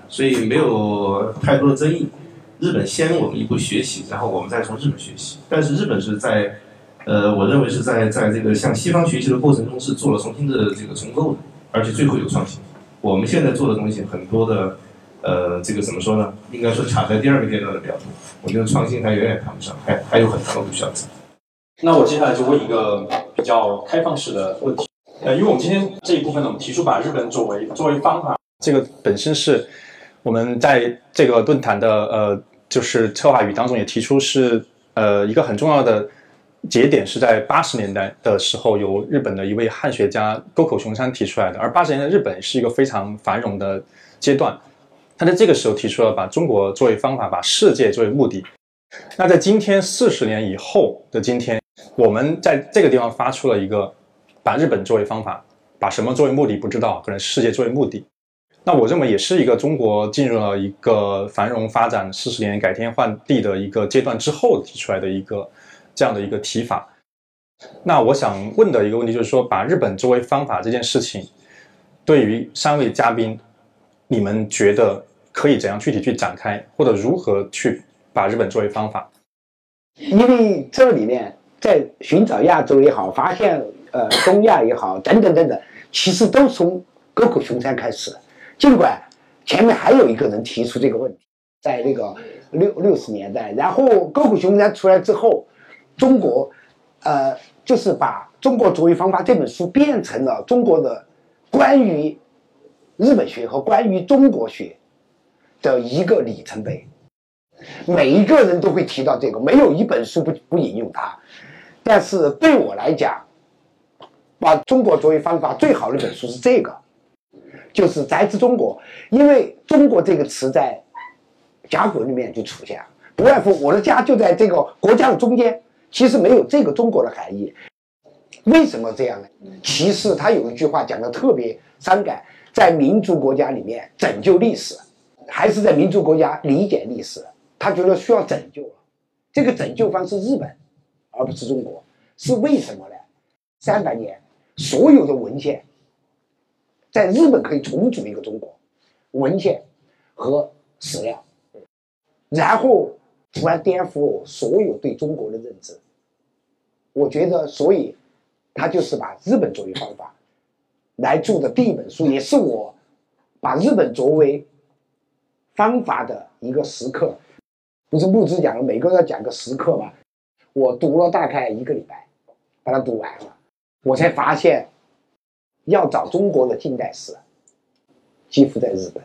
Speaker 6: 所以没有太多的争议。日本先我们一步学习，然后我们再从日本学习。但是日本是在，我认为是在这个向西方学习的过程中是做了重新的这个重构的，而且最后有创新。我们现在做的东西很多的，这个怎么说呢？应该说卡在第二个阶段的比较多。我觉得创新还远远谈不上，还有很长的路需要走。
Speaker 4: 那我接下来就问一个比较开放式的问题，因为我们今天这一部分呢，我们提出把日本作为方法，这个本身是我们在这个论坛的就是策划语当中也提出是一个很重要的节点，是在80年代的时候由日本的一位汉学家沟口雄山提出来的，而80年代日本是一个非常繁荣的阶段，他在这个时候提出了把中国作为方法，把世界作为目的。那在今天40年以后的今天，我们在这个地方发出了一个把日本作为方法，把什么作为目的不知道，可能世界作为目的。那我认为也是一个中国进入了一个繁荣发展40年改天换地的一个阶段之后提出来的一个这样的一个提法。那我想问的一个问题就是说，把日本作为方法这件事情，对于3位嘉宾，你们觉得可以怎样具体去展开，或者如何去把日本作为方法？
Speaker 2: 因为这里面在寻找亚洲也好，发现东亚也好，等等等等，其实都从沟口雄山开始。尽管前面还有一个人提出这个问题，在那个60年代，然后沟口雄山出来之后，中国就是把《中国作为方法》这本书变成了中国的关于日本学和关于中国学的一个里程碑。每一个人都会提到这个，没有一本书不引用它。但是对我来讲，把中国作为方法最好的一本书是这个，就是《宅之中国》，因为中国这个词在甲骨文里面就出现了，不外乎我的家就在这个国家的中间，其实没有这个中国的含义。为什么这样呢？其实他有一句话讲的特别伤感，在民族国家里面拯救历史，还是在民族国家理解历史，他觉得需要拯救了。这个拯救方是日本，而不是中国。是为什么呢？300年所有的文献在日本可以重组一个中国，文献和史料，然后突然颠覆我所有对中国的认知。我觉得，所以他就是把日本作为方法来做的第一本书，也是我把日本作为方法的一个时刻。不是木子讲了，每个人要讲个时刻嘛。我读了大概1个礼拜，把它读完了，我才发现，要找中国的近代史，几乎在日本，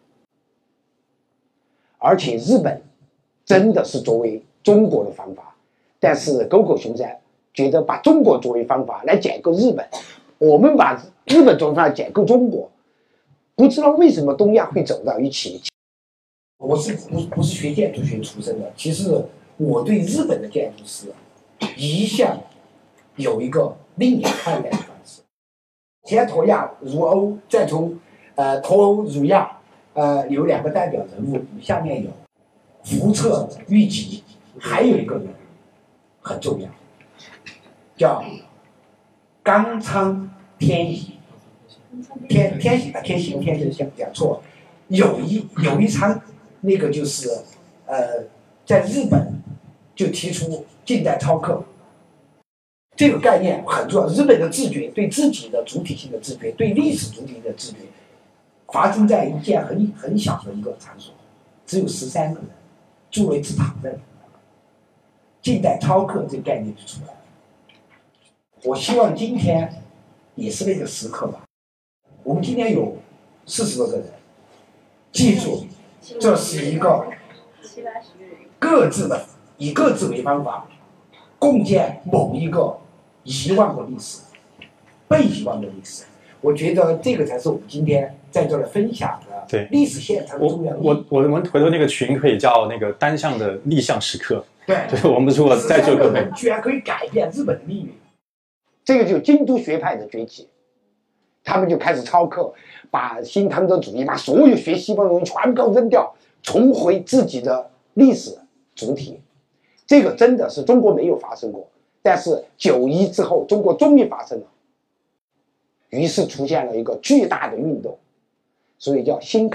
Speaker 2: 而且日本真的是作为中国的方法，但是沟口雄山觉得把中国作为方法来解构日本，我们把日本作为方法解构中国，不知道为什么东亚会走到一起。我是不是学建筑学出身的？其实我对日本的建筑师一向有一个另眼看待的方式。先脱亚入欧，再从脱欧入亚，有2个代表人物，下面有福彻谕吉，还有一个人很重要，叫冈仓天喜。天喜讲错，有一仓。那个就是在日本就提出近代超客这个概念很重要。日本的自觉，对自己的主体性的自觉，对历史主体性的自觉，发生在一间很小的一个场所，只有13个人，住了一次堂任，近代超客这个概念就出来了。我希望今天也是那个时刻吧。我们今天有40多个人，记住。这是一个以各自为方法，共建某一个遗忘的历史，被遗忘的历史。我觉得这个才是我们今天在这里分享的历史现场的重要意义。
Speaker 4: 我们回头那个群可以叫那个单向的立项时刻。
Speaker 2: 对，
Speaker 4: 我们如果在这个
Speaker 2: 人居然可以改变日本的命运，这个就京都学派的崛起，他们就开始抄课。把新唐德主义，把所有学西方的东西全部扔掉，重回自己的历史主体。这个真的是中国没有发生过，但是9·11之后，中国终于发生了，于是出现了一个巨大的运动，所以叫新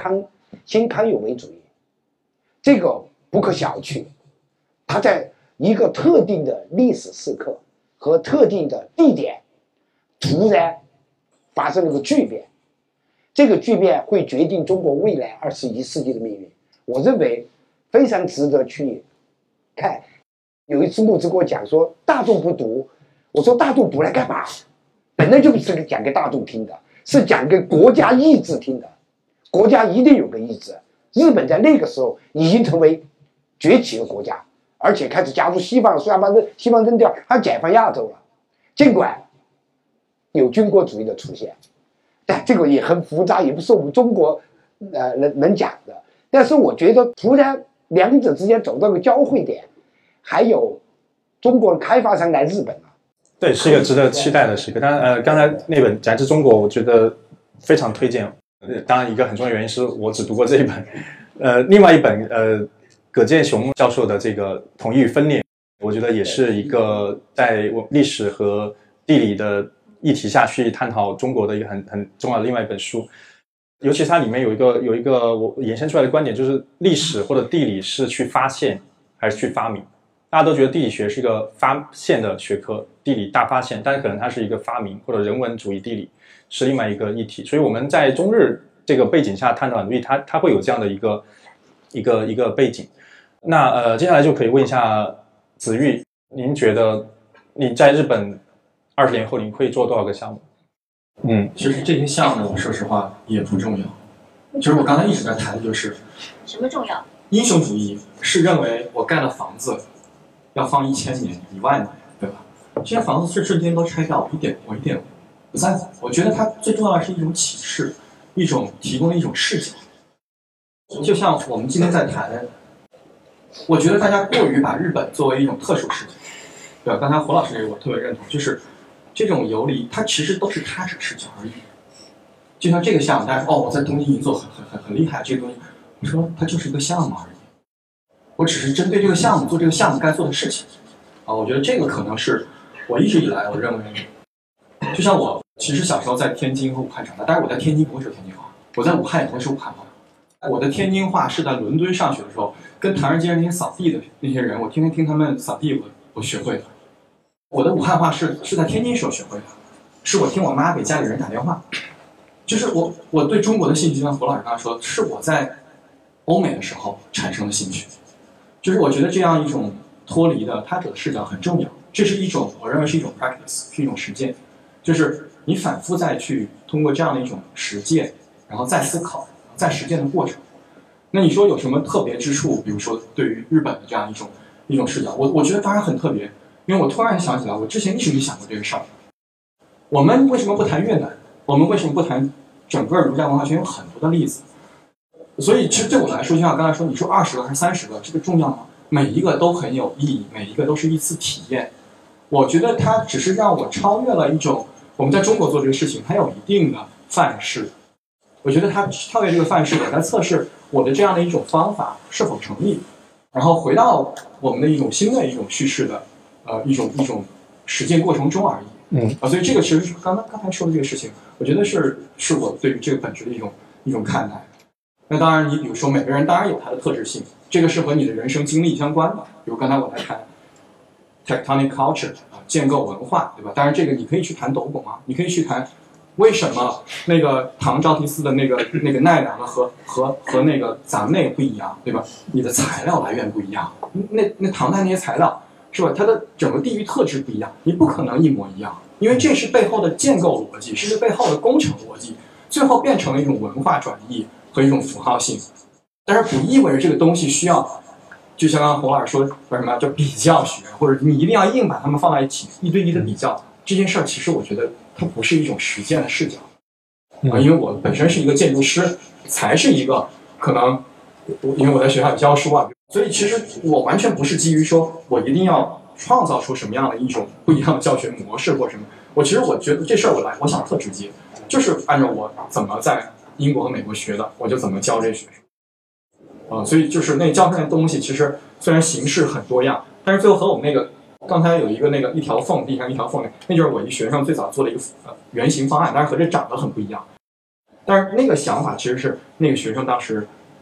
Speaker 2: 新康有为主义，这个不可小觑。它在一个特定的历史时刻和特定的地点，突然发生了个巨变，这个巨变会决定中国未来21世纪的命运。我认为非常值得去看。有一次木子给我讲说，大众不读，我说大众读来干嘛？本来就不是讲给大众听的，是讲给国家意志听的。国家一定有个意志。日本在那个时候已经成为崛起的国家，而且开始加入西方，虽然把西方扔掉，它解放亚洲了。尽管有军国主义的出现，但这个也很复杂，也不是我们中国能讲的。但是我觉得突然两者之间走到个交汇点，还有中国的开发商来日本了。
Speaker 4: 对，是一个值得期待的时刻。当然，刚才那本《宅之中国》，我觉得非常推荐。当然，一个很重要的原因是我只读过这一本。另外一本葛剑雄教授的这个《统一与分裂》，我觉得也是一个在历史和地理的议题下去探讨中国的一个很重要的另外一本书。尤其是它里面有一个我延伸出来的观点，就是历史或者地理是去发现还是去发明。大家都觉得地理学是一个发现的学科，地理大发现，但是可能它是一个发明，或者人文主义地理是另外一个议题。所以我们在中日这个背景下探讨很多议题，它会有这样的一个背景。那接下来就可以问一下子玉，您觉得你在日本20年后你会做多少个项目？
Speaker 3: 其实这些项目说实话也不重要。就是我刚才一直在谈的就是
Speaker 7: 什么重要？
Speaker 3: 英雄主义是认为我盖了房子要放1000年、10000年，对吧？这些房子是瞬间都拆掉，我一点不在乎。我觉得它最重要的是一种启示，一种提供一种视角。就像我们今天在谈，我觉得大家过于把日本作为一种特殊视角，对吧？刚才胡老师这个我特别认同，就是这种游离，它其实都是他者视角而已。就像这个项目，大家说我在东京银座很厉害，这个东西，我说它就是一个项目而已。我只是针对这个项目做这个项目该做的事情我觉得这个可能是我一直以来我认为，就像我其实小时候在天津和武汉长大，但是我在天津不会说天津话，我在武汉也不会说武汉话。我的天津话是在伦敦上学的时候，跟唐人街那些扫地的那些人，我天天听他们扫地，我学会的。我的武汉话是在天津时候学会的，是我听我妈给家里人打电话。就是我对中国的兴趣，就像胡老师刚才说，是我在欧美的时候产生的兴趣。就是我觉得这样一种脱离的他者的视角很重要，这是一种我认为是一种 practice， 是一种实践，就是你反复再去通过这样的一种实践，然后再思考、再实践的过程。那你说有什么特别之处？比如说对于日本的这样一种视角，我觉得当然很特别，因为我突然想起来，我之前一直没想过这个事儿。我们为什么不谈越南？我们为什么不谈整个儒家文化圈有很多的例子？所以其实对我来说，就像刚才说，你说20个还是30个，这个重要吗？每一个都很有意义，每一个都是一次体验。我觉得它只是让我超越了一种我们在中国做这个事情，它有一定的范式。我觉得它超越这个范式，我在测试我的这样的一种方法是否成立，然后回到我们的一种新的一种叙事的一种实践过程中而已。所以这个其实是刚才说的这个事情，我觉得是我对于这个本质的一种看待。那当然，你比如说每个人当然有他的特质性，这个是和你的人生经历相关的。比如刚才我在谈 tectonic culture 建构文化，对吧？当然这个你可以去谈斗拱啊，你可以去谈为什么那个唐招提斯的那个奈良的和那个咱们那个不一样，对吧？你的材料来源不一样，那唐代那些材料是吧？它的整个地域特质不一样，你不可能一模一样，因为这是背后的建构逻辑，是背后的工程逻辑，最后变成了一种文化转移和一种符号性。但是不意味着这个东西需要，就像刚刚洪老师说什么叫比较学，或者你一定要硬把它们放在一起一对一的比较，这件事儿其实我觉得它不是一种实践的视角因为我本身是一个建筑师，才是一个可能因为我在学校里教书啊，所以其实我完全不是基于说我一定要创造出什么样的一种不一样的教学模式或什么。我觉得这事儿我想特直接，就是按照我怎么在英国和美国学的，我就怎么教这些学生。所以就是那教出来的东西，其实虽然形式很多样，但是最后和我们那个刚才有一个那个一条缝地上一条缝，那就是我一学生最早做的一个原型方案，但是和这长得很不一样。但是那个想法其实是那个学生当时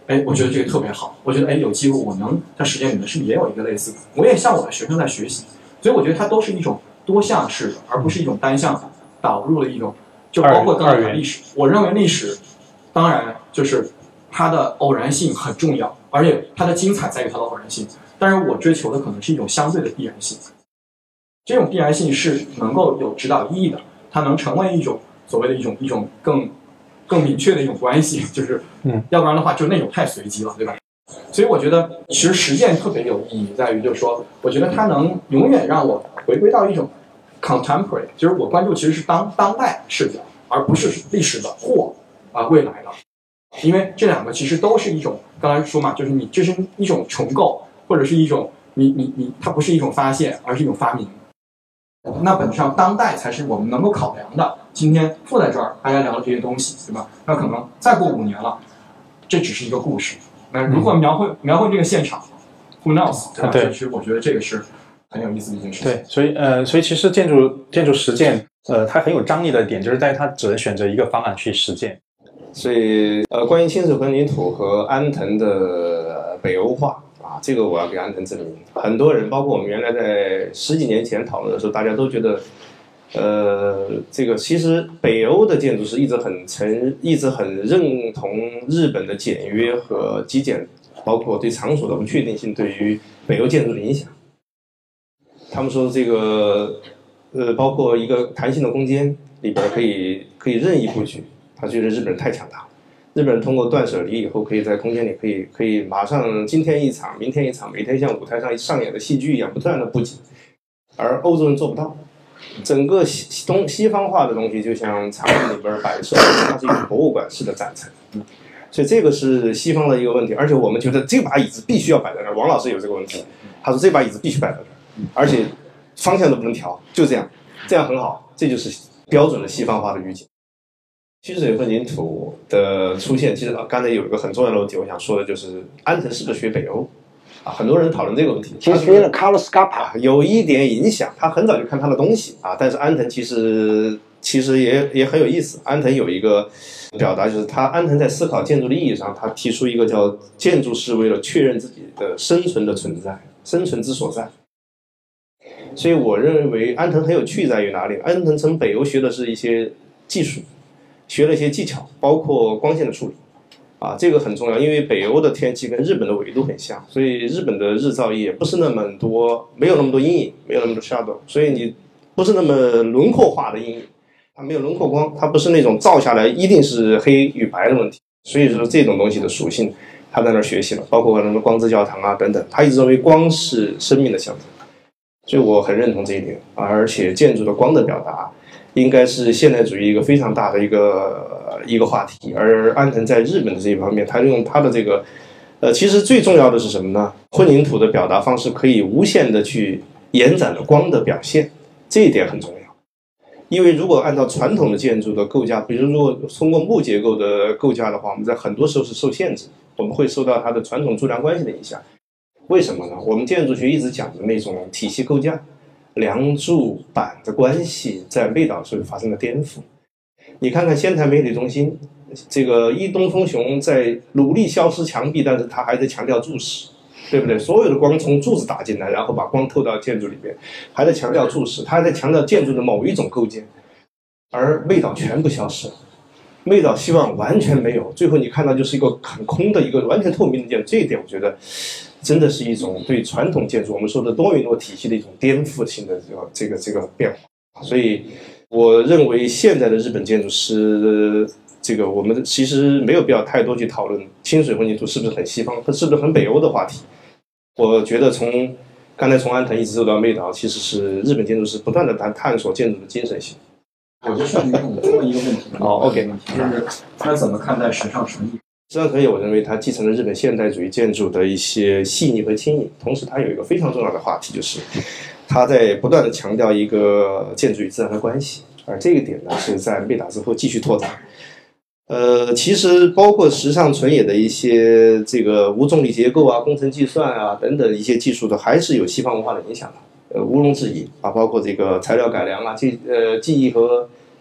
Speaker 7: 我觉得这个特别好，我觉得有机会我能在实践里面是不是也有一个类似的，我也向我的学生在学习，所以我觉得它都是一种多项式的，而不是一种单向导入的一种，就包括刚才讲历史，我认为历史当然就是它的偶然性很重要，而且它的精彩在于它的偶然性，但是我追求的可能是一种相对的必然性，这种必然性是能够有指导意义的，它能成为一种所谓的一种更明确的一种关系，就是要不然的话就那种太随机了，对吧？所以我觉得其实实践特别有意义，在于就是说，我觉得它能永远让我回归到一种 contemporary， 就是我关注其实是当代视角，而不是历史的或未来的，因为这两个其实都是一种刚才说嘛，就是你这是一种重构，或者是一种它不是一种发现，而是一种发明。那本质上当代才是我们能够考量的。今天坐在这儿，大家聊的这些东西，对吧？那可能再过5年了，这只是一个故事。那如何描绘这个现场 ，Who knows？ 对吧？
Speaker 4: 对，
Speaker 7: 其实我觉得这个是很有意思的一件事情。
Speaker 4: 对，所以其实建筑实践，它很有张力的点就是在于它只能选择一个方案去实践。
Speaker 6: 所以关于清水混凝土和安藤的北欧化这个我要给安藤证明。很多人，包括我们原来在10几年前讨论的时候，大家都觉得，这个其实北欧的建筑师一直很认同日本的简约和极简，包括对场所的不确定性对于北欧建筑的影响。他们说这个包括一个弹性的空间里边可以任意布局，他觉得日本人太强大了。日本人通过断舍离以后，可以在空间里可以马上今天一场，明天一场，每天像舞台上上演的戏剧一样不断的布景，而欧洲人做不到。整个西方化的东西就像场馆里边摆设，它是一个博物馆式的展陈，所以这个是西方的一个问题。而且我们觉得这把椅子必须要摆在那儿，王老师有这个问题，他说这把椅子必须摆在那儿，而且方向都不能调，就这样很好，这就是标准的西方化的预警。清水混凝土的出现，其实刚才有一个很重要的问题，我想说的就是安藤是不是学北欧很多人讨论这个问题。
Speaker 2: 其实学了卡洛斯卡帕
Speaker 6: 有一点影响，他很早就看他的东西但是安藤其实也很有意思。安藤有一个表达，就是安藤在思考建筑的意义上，他提出一个叫建筑是为了确认自己的生存的存在，生存之所在。所以我认为安藤很有趣在于哪里？安藤从北欧学的是一些技术，学了一些技巧，包括光线的处理这个很重要，因为北欧的天气跟日本的纬度很像，所以日本的日照也不是那么多，没有那么多阴影，没有那么多 shadow， 所以你不是那么轮廓化的阴影，它没有轮廓光，它不是那种照下来一定是黑与白的问题。所以说这种东西的属性，他在那儿学习了，包括什么光之教堂等等，他一直认为光是生命的象征，所以我很认同这一点而且建筑的光的表达应该是现代主义一个非常大的一个话题，而安藤在日本的这一方面，他用他的这个其实最重要的是什么呢？混凝土的表达方式可以无限的去延展了光的表现，这一点很重要。因为如果按照传统的建筑的构架，比如说通过木结构的构架的话，我们在很多时候是受限制，我们会受到它的传统柱梁关系的影响。为什么呢？我们建筑学一直讲的那种体系构架，梁柱板的关系在味道上发生了颠覆。你看看仙台媒体中心，这个伊东丰雄在努力消失墙壁，但是他还在强调柱式，对不对？所有的光从柱子打进来，然后把光透到建筑里面，还在强调柱式，他还在强调建筑的某一种构建，而味道全部消失了。味道希望完全没有，最后你看到就是一个很空的一个完全透明的建筑。这一点我觉得真的是一种对传统建筑我们说的多维诺体系的一种颠覆性的这个变化。所以我认为现在的日本建筑师，这个我们其实没有必要太多去讨论清水混凝土是不是很西方，它是不是很北欧的话题。我觉得刚才从安藤一直走到味道，其实是日本建筑师不断的探索建筑的精神性。
Speaker 7: 我就顺便问一个问题。
Speaker 6: OK，
Speaker 7: 就是他怎么看待时尚纯艺？
Speaker 6: 时尚纯艺，我认为它继承了日本现代主义建筑的一些细腻和轻盈，同时它有一个非常重要的话题，就是它在不断的强调一个建筑与自然的关系，而这个点呢是在味达之后继续拓展。其实包括时尚纯野的一些这个无重力结构工程计算等等一些技术的，还是有西方文化的影响的，毋庸置疑包括这个材料改良技艺和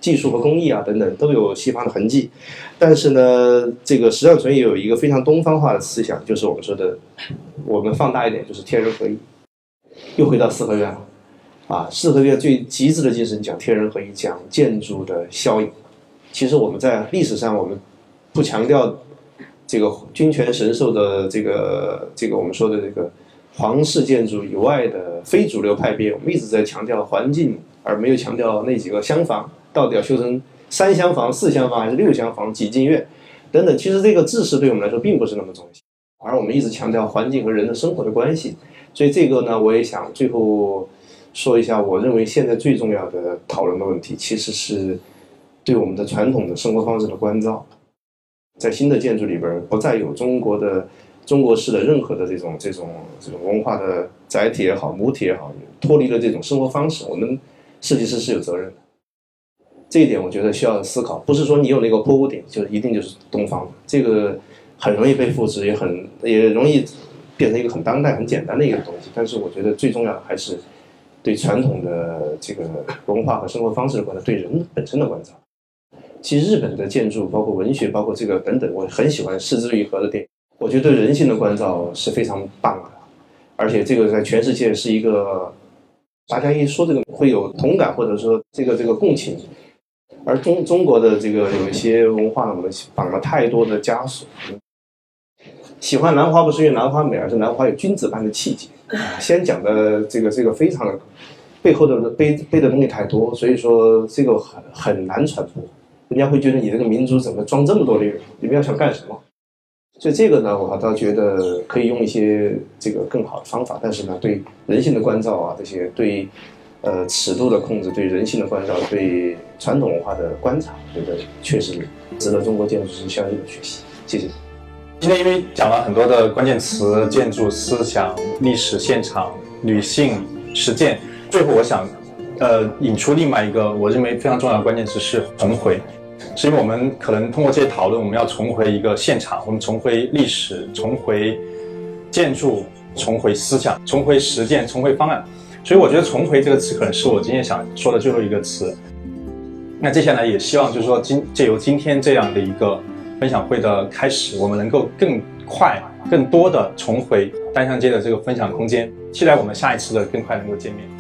Speaker 6: 技术和工艺啊等等都有西方的痕迹，但是呢，这个石上纯也有一个非常东方化的思想，就是我们说的，我们放大一点就是天人合一，又回到四合院了。四合院最极致的精神讲天人合一，讲建筑的效应。其实我们在历史上我们不强调这个君权神授的这个我们说的这个皇室建筑以外的非主流派别，我们一直在强调环境，而没有强调那几个厢房到底要修成3厢房、4厢房还是6厢房、几进院等等。其实这个知识对我们来说并不是那么重要，而我们一直强调环境和人的生活的关系。所以这个呢，我也想最后说一下，我认为现在最重要的讨论的问题，其实是对我们的传统的生活方式的关照。在新的建筑里边，不再有中国式的任何的这种文化的载体也好、母体也好，脱离了这种生活方式，我们设计师是有责任的。这一点我觉得需要思考，不是说你有那个坡屋顶就一定就是东方的，这个很容易被复制，也容易变成一个很当代、很简单的一个东西。但是我觉得最重要的还是对传统的这个文化和生活方式的关照，对人本身的关照。其实日本的建筑，包括文学，包括这个等等，我很喜欢矢志愈和的电影。我觉得对人性的关照是非常棒的，而且这个在全世界是一个大家一说这个会有同感，或者说这个共情。而中国的这个有一些文化，我们绑了太多的枷锁。喜欢兰花不是因为兰花美，而是兰花有君子般的气节。先讲的这个非常的背后的背的东西太多，所以说这个很难传播。人家会觉得你这个民族怎么装这么多内容？你们要想干什么？所以这个呢，我倒觉得可以用一些这个更好的方法，但是呢，对人性的关照啊，这些对尺度的控制，对人性的关照，对传统文化的观察，我觉得确实值得中国建筑师相应的学习。谢谢。
Speaker 4: 今天因为讲了很多的关键词，建筑思想、历史现场、女性实践，最后我想引出另外一个我认为非常重要的关键词是重回。是因为我们可能通过这些讨论，我们要重回一个现场，我们重回历史，重回建筑，重回思想，重回实践，重回方案。所以我觉得重回这个词可能是我今天想说的最后一个词。那接下来也希望就是说借由今天这样的一个分享会的开始，我们能够更快更多的重回单向街的这个分享空间，期待我们下一次的更快能够见面。